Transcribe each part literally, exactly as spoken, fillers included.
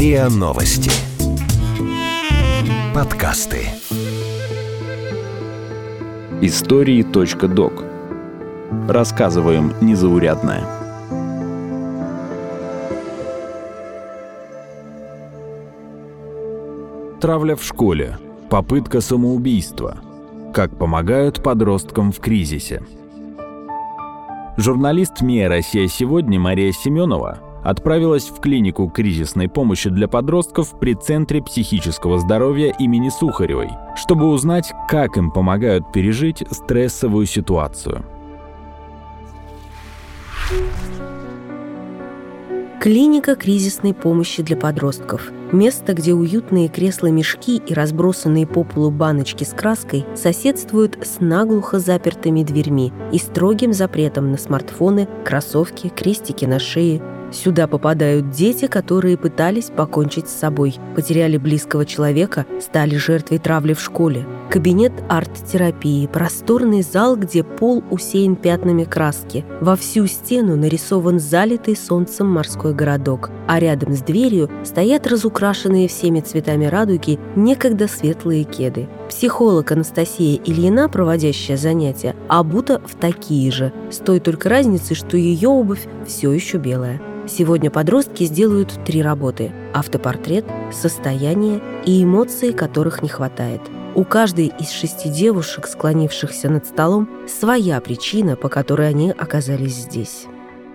РИА Новости. Подкасты. Истории.док. Рассказываем незаурядное. Травля в школе. Попытка самоубийства. Как помогают подросткам в кризисе. Журналист МИА «Россия сегодня» Мария Семенова отправилась в клинику кризисной помощи для подростков при Центре психического здоровья имени Сухаревой, чтобы узнать, как им помогают пережить стрессовую ситуацию. Клиника кризисной помощи для подростков. Место, где уютные кресла-мешки и разбросанные по полу баночки с краской соседствуют с наглухо запертыми дверьми и строгим запретом на смартфоны, кроссовки, крестики на шее. Сюда попадают дети, которые пытались покончить с собой, потеряли близкого человека, стали жертвой травли в школе. Кабинет арт-терапии, просторный зал, где пол усеян пятнами краски. Во всю стену нарисован залитый солнцем морской городок, а рядом с дверью стоят разукрашенные всеми цветами радуги некогда светлые кеды. Психолог Анастасия Ильина, проводящая занятия, обута в такие же, с той только разницей, что ее обувь все еще белая. Сегодня подростки сделают три работы – автопортрет, состояние и эмоции, которых не хватает. У каждой из шести девушек, склонившихся над столом, своя причина, по которой они оказались здесь.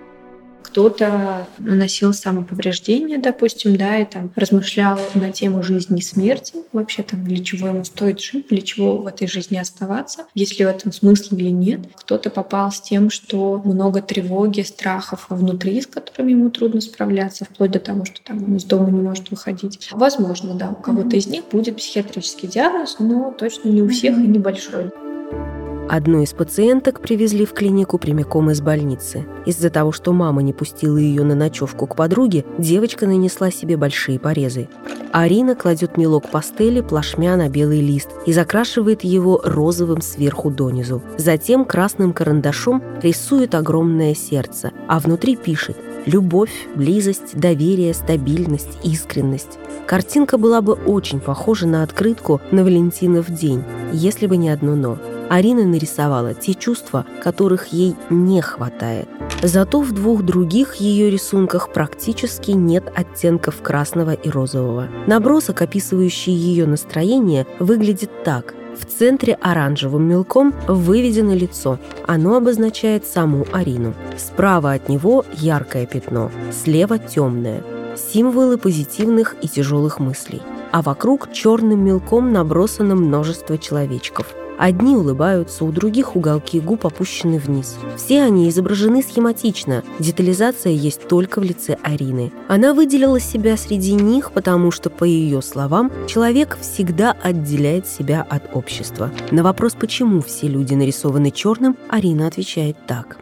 Кто-то наносил самоповреждения, допустим, да, и там размышлял на тему жизни и смерти, вообще там, для чего ему стоит жить, для чего в этой жизни оставаться, есть ли в этом смысл или нет. Кто-то попал с тем, что много тревоги, страхов внутри, с которыми ему трудно справляться, вплоть до того, что там он из дома не может выходить. Возможно, да, у кого-то из них будет психиатрический диагноз, но точно не у всех и небольшой. Одну из пациенток привезли в клинику прямиком из больницы. Из-за того, что мама не пустила ее на ночевку к подруге, девочка нанесла себе большие порезы. Арина кладет мелок пастели плашмя на белый лист и закрашивает его розовым сверху донизу. Затем красным карандашом рисует огромное сердце, а внутри пишет «любовь, близость, доверие, стабильность, искренность». Картинка была бы очень похожа на открытку на Валентинов день, если бы не одно «но». Арина нарисовала те чувства, которых ей не хватает. Зато в двух других ее рисунках практически нет оттенков красного и розового. Набросок, описывающий ее настроение, выглядит так. В центре оранжевым мелком выведено лицо. Оно обозначает саму Арину. Справа от него яркое пятно, слева темное. Символы позитивных и тяжелых мыслей. А вокруг черным мелком набросано множество человечков. Одни улыбаются, у других уголки губ опущены вниз. Все они изображены схематично, детализация есть только в лице Арины. Она выделила себя среди них, потому что, по ее словам, человек всегда отделяет себя от общества. На вопрос, почему все люди нарисованы черным, Арина отвечает так.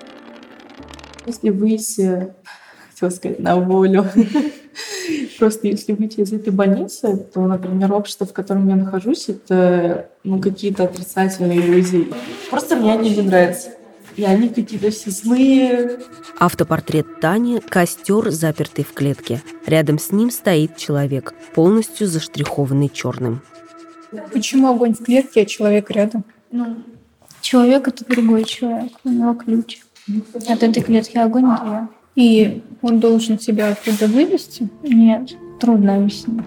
Если выйти, хотела сказать, на волю, просто если выйти из этой больницы, то, например, общество, в котором я нахожусь, это ну, какие-то отрицательные люди. Просто мне они не нравятся. И они какие-то все злые. Автопортрет Тани – костер, запертый в клетке. Рядом с ним стоит человек, полностью заштрихованный черным. Почему огонь в клетке, а человек рядом? Ну, человек — это другой человек, у него ключ. От этой клетки огонь — это я. И он должен тебя оттуда вывести? Нет, трудно объяснить.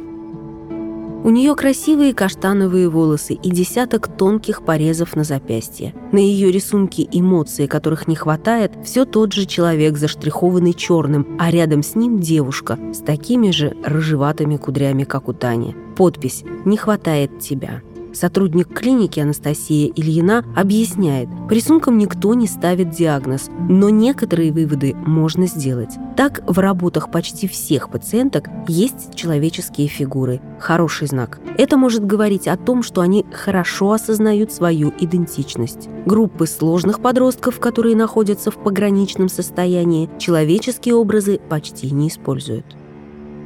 У нее красивые каштановые волосы и десяток тонких порезов на запястье. На ее рисунке эмоции, которых не хватает, все тот же человек, заштрихованный черным, а рядом с ним девушка с такими же рыжеватыми кудрями, как у Тани. Подпись «Не хватает тебя». Сотрудник клиники Анастасия Ильина объясняет, по рисункам никто не ставит диагноз, но некоторые выводы можно сделать. Так, в работах почти всех пациенток есть человеческие фигуры. Хороший знак. Это может говорить о том, что они хорошо осознают свою идентичность. Группы сложных подростков, которые находятся в пограничном состоянии, человеческие образы почти не используют.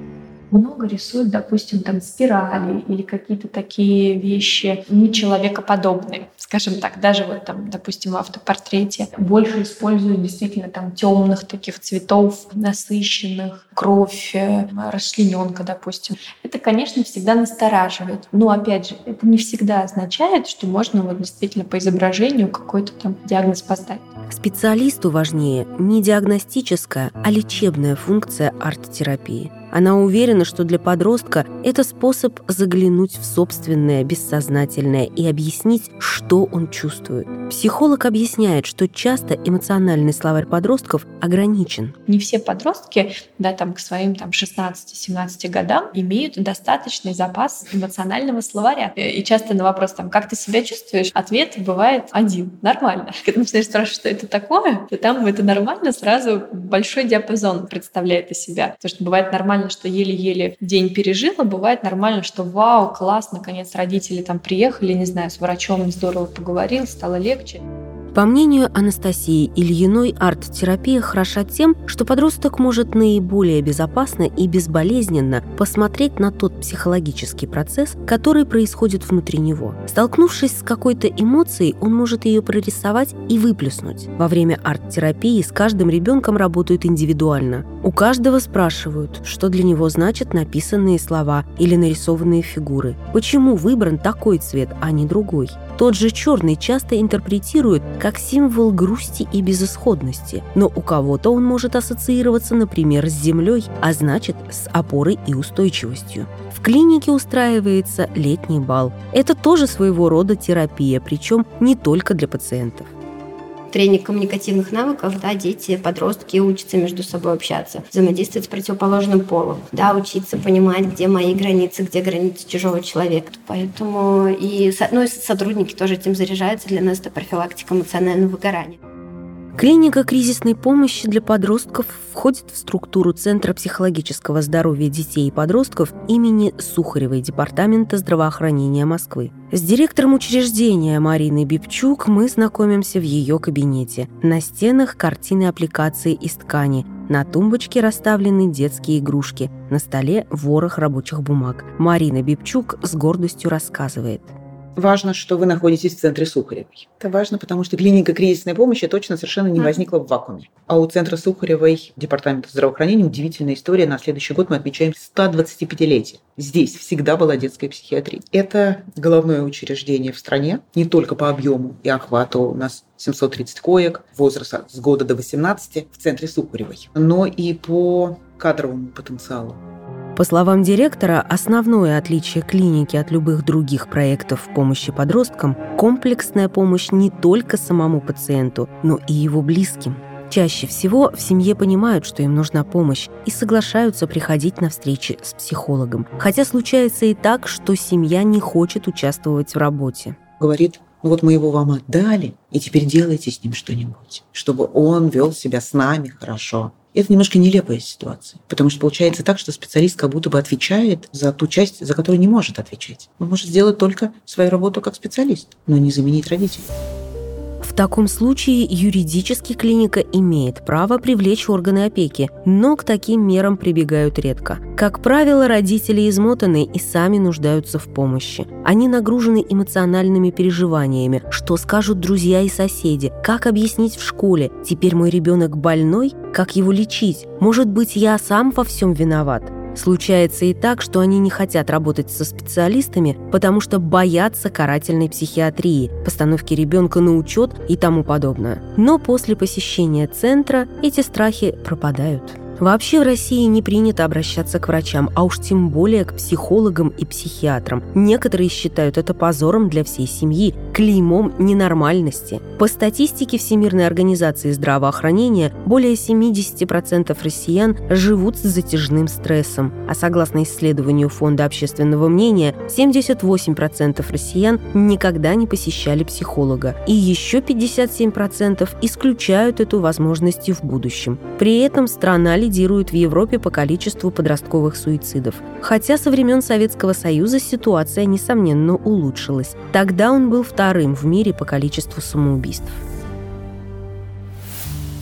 много рисуют, допустим, там спирали или какие-то такие вещи нечеловекоподобные, скажем так, даже вот там, допустим, в автопортрете больше используют действительно там темных таких цветов, насыщенных, кровь, расчлененка, допустим. Это, конечно, всегда настораживает. Но, опять же, это не всегда означает, что можно вот действительно по изображению какой-то там диагноз поставить. Специалисту важнее не диагностическая, а лечебная функция арт-терапии. Она уверена, что для подростка это способ заглянуть в собственное бессознательное и объяснить, что он чувствует. Психолог объясняет, что часто эмоциональный словарь подростков ограничен. Не все подростки, да, там, к своим там, шестнадцати-семнадцати годам имеют достаточный запас эмоционального словаря. И часто на вопрос, там, как ты себя чувствуешь, ответ бывает один – нормально. Когда начинаешь спрашивать, что это такое, то там это нормально сразу большой диапазон представляет из себя. Потому что бывает нормально, что еле-еле день пережила, бывает нормально, что вау, класс, наконец родители там приехали, не знаю, с врачом здорово поговорил, стало легче. По мнению Анастасии Ильиной, арт-терапия хороша тем, что подросток может наиболее безопасно и безболезненно посмотреть на тот психологический процесс, который происходит внутри него. Столкнувшись с какой-то эмоцией, он может ее прорисовать и выплеснуть. Во время арт-терапии с каждым ребенком работают индивидуально. У каждого спрашивают, что для него значат написанные слова или нарисованные фигуры. Почему выбран такой цвет, а не другой? Тот же черный часто интерпретируют как символ грусти и безысходности, но у кого-то он может ассоциироваться, например, с землей, а значит, с опорой и устойчивостью. В клинике устраивается летний бал. Это тоже своего рода терапия, причем не только для пациентов. Тренинг коммуникативных навыков, да, дети, подростки учатся между собой общаться, взаимодействовать с противоположным полом, да, учиться понимать, где мои границы, где границы чужого человека. Поэтому и, ну, и сотрудники тоже этим заряжаются. Для нас это профилактика эмоционального выгорания. Клиника кризисной помощи для подростков входит в структуру Центра психологического здоровья детей и подростков имени Сухаревой Департамента здравоохранения Москвы. С директором учреждения Мариной Бибчук мы знакомимся в ее кабинете. На стенах картины аппликации из ткани, на тумбочке расставлены детские игрушки, на столе ворох рабочих бумаг. Марина Бибчук с гордостью рассказывает. Важно, что вы находитесь в центре Сухаревой. Это важно, потому что клиника кризисной помощи точно совершенно не возникла в вакууме. А у центра Сухаревой, Департамента здравоохранения, удивительная история. На следующий год мы отмечаем сто двадцатипятилетие. Здесь всегда была детская психиатрия. Это головное учреждение в стране, не только по объему и охвату. У нас семьсот тридцать коек, возраст с года до восемнадцати в центре Сухаревой, но и по кадровому потенциалу. По словам директора, основное отличие клиники от любых других проектов помощи подросткам – комплексная помощь не только самому пациенту, но и его близким. Чаще всего в семье понимают, что им нужна помощь, и соглашаются приходить на встречи с психологом. Хотя случается и так, что семья не хочет участвовать в работе. Говорит, ну вот мы его вам отдали, и теперь делайте с ним что-нибудь, чтобы он вел себя с нами хорошо. Это немножко нелепая ситуация, потому что получается так, что специалист как будто бы отвечает за ту часть, за которую не может отвечать. Он может сделать только свою работу как специалист, но не заменить родителей. В таком случае юридически клиника имеет право привлечь органы опеки, но к таким мерам прибегают редко. Как правило, родители измотаны и сами нуждаются в помощи. Они нагружены эмоциональными переживаниями, что скажут друзья и соседи, как объяснить в школе, теперь мой ребенок больной, как его лечить, может быть, я сам во всем виноват. Случается и так, что они не хотят работать со специалистами, потому что боятся карательной психиатрии, постановки ребенка на учет и тому подобное. Но после посещения центра эти страхи пропадают. Вообще в России не принято обращаться к врачам, а уж тем более к психологам и психиатрам. Некоторые считают это позором для всей семьи, клеймом ненормальности. По статистике Всемирной организации здравоохранения, более семьдесят процентов россиян живут с затяжным стрессом, а согласно исследованию Фонда общественного мнения, семьдесят восемь процентов россиян никогда не посещали психолога, и еще пятьдесят семь процентов исключают эту возможность в будущем. При этом страна лидирует в Европе по количеству подростковых суицидов. Хотя со времен Советского Союза ситуация, несомненно, улучшилась. Тогда он был вторым в мире по количеству самоубийств.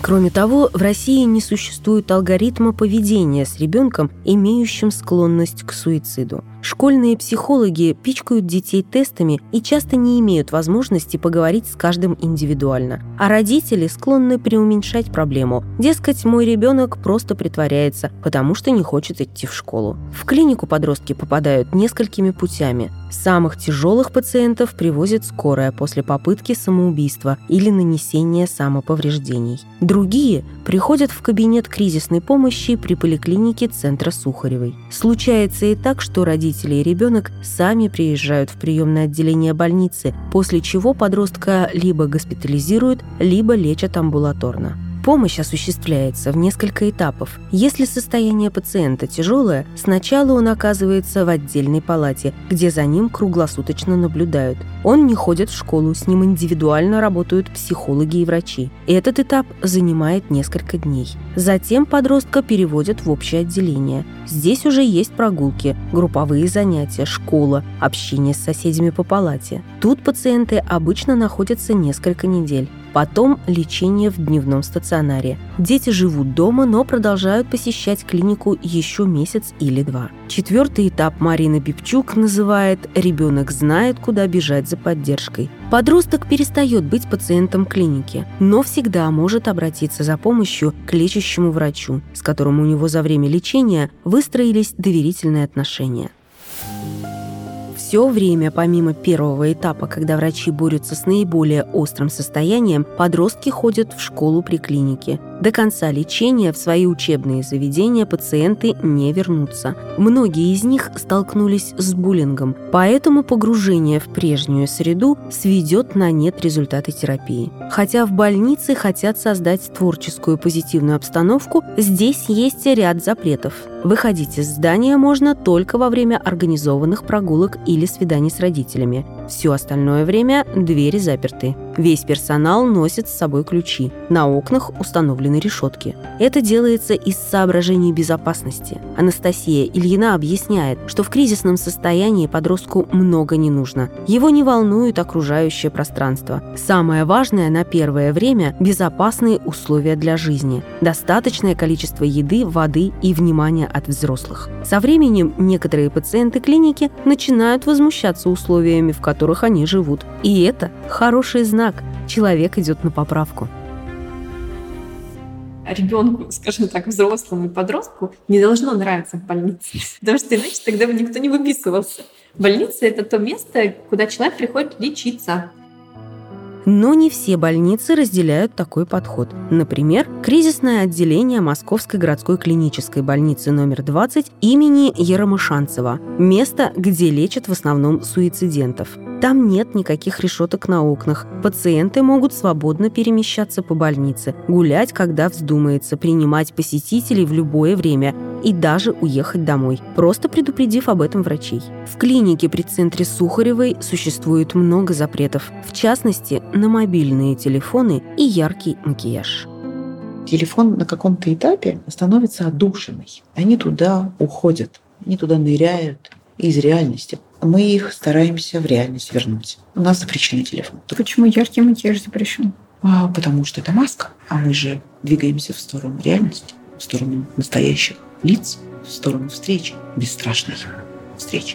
Кроме того, в России не существует алгоритма поведения с ребенком, имеющим склонность к суициду. Школьные психологи пичкают детей тестами и часто не имеют возможности поговорить с каждым индивидуально. А родители склонны преуменьшать проблему. Дескать, мой ребенок просто притворяется, потому что не хочет идти в школу. В клинику подростки попадают несколькими путями. Самых тяжелых пациентов привозят скорая после попытки самоубийства или нанесения самоповреждений. Другие приходят в кабинет кризисной помощи при поликлинике центра Сухаревой. Случается и так, что родители и ребенок сами приезжают в приемное отделение больницы, после чего подростка либо госпитализируют, либо лечат амбулаторно. Помощь осуществляется в несколько этапов. Если состояние пациента тяжелое, сначала он оказывается в отдельной палате, где за ним круглосуточно наблюдают. Он не ходит в школу, с ним индивидуально работают психологи и врачи. Этот этап занимает несколько дней. Затем подростка переводят в общее отделение. Здесь уже есть прогулки, групповые занятия, школа, общение с соседями по палате. Тут пациенты обычно находятся несколько недель. Потом лечение в дневном стационаре. Дети живут дома, но продолжают посещать клинику еще месяц или два. Четвертый этап Марина Бибчук называет «ребенок знает, куда бежать за поддержкой». Подросток перестает быть пациентом клиники, но всегда может обратиться за помощью к лечащему врачу, с которым у него за время лечения выстроились доверительные отношения. Все время, помимо первого этапа, когда врачи борются с наиболее острым состоянием, подростки ходят в школу при клинике. До конца лечения в свои учебные заведения пациенты не вернутся. Многие из них столкнулись с буллингом, поэтому погружение в прежнюю среду сведет на нет результаты терапии. Хотя в больнице хотят создать творческую позитивную обстановку, здесь есть ряд запретов. Выходить из здания можно только во время организованных прогулок или свиданий с родителями. Все остальное время двери заперты. Весь персонал носит с собой ключи. На окнах установлены решетки. Это делается из соображений безопасности. Анастасия Ильина объясняет, что в кризисном состоянии подростку много не нужно. Его не волнует окружающее пространство. Самое важное на первое время – безопасные условия для жизни, достаточное количество еды, воды и внимания от взрослых. Со временем некоторые пациенты клиники начинают возмущаться условиями, в которых они живут. И это хороший знак. Человек идет на поправку. Ребенку, скажем так, взрослому и подростку не должно нравиться в больнице. Потому что иначе тогда бы никто не выписывался. Больница – это то место, куда человек приходит лечиться. Но не все больницы разделяют такой подход. Например, кризисное отделение Московской городской клинической больницы номер двадцать имени Еромышанцева – место, где лечат в основном суицидентов. Там нет никаких решеток на окнах. Пациенты могут свободно перемещаться по больнице, гулять, когда вздумается, принимать посетителей в любое время и даже уехать домой, просто предупредив об этом врачей. В клинике при центре Сухаревой существует много запретов, в частности, на мобильные телефоны и яркий макияж. Телефон на каком-то этапе становится отдушиной. Они туда уходят, они туда ныряют из реальности. Мы их стараемся в реальность вернуть. У нас запрещен телефон. Почему яркий макияж запрещен? А, потому что это маска. А мы же двигаемся в сторону реальности, в сторону настоящих лиц, в сторону встречи, бесстрашной встречи.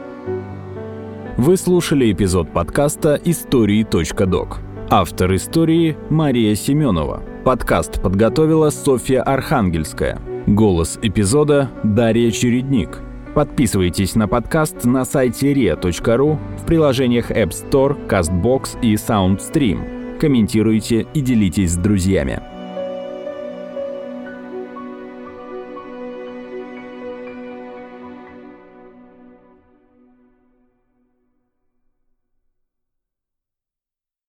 Вы слушали эпизод подкаста «Истории.док». Автор истории Мария Семенова. Подкаст подготовила Софья Архангельская. Голос эпизода Дарья Чередник. Подписывайтесь на подкаст на сайте риа точка ру, в приложениях App Store, CastBox и SoundStream. Комментируйте и делитесь с друзьями.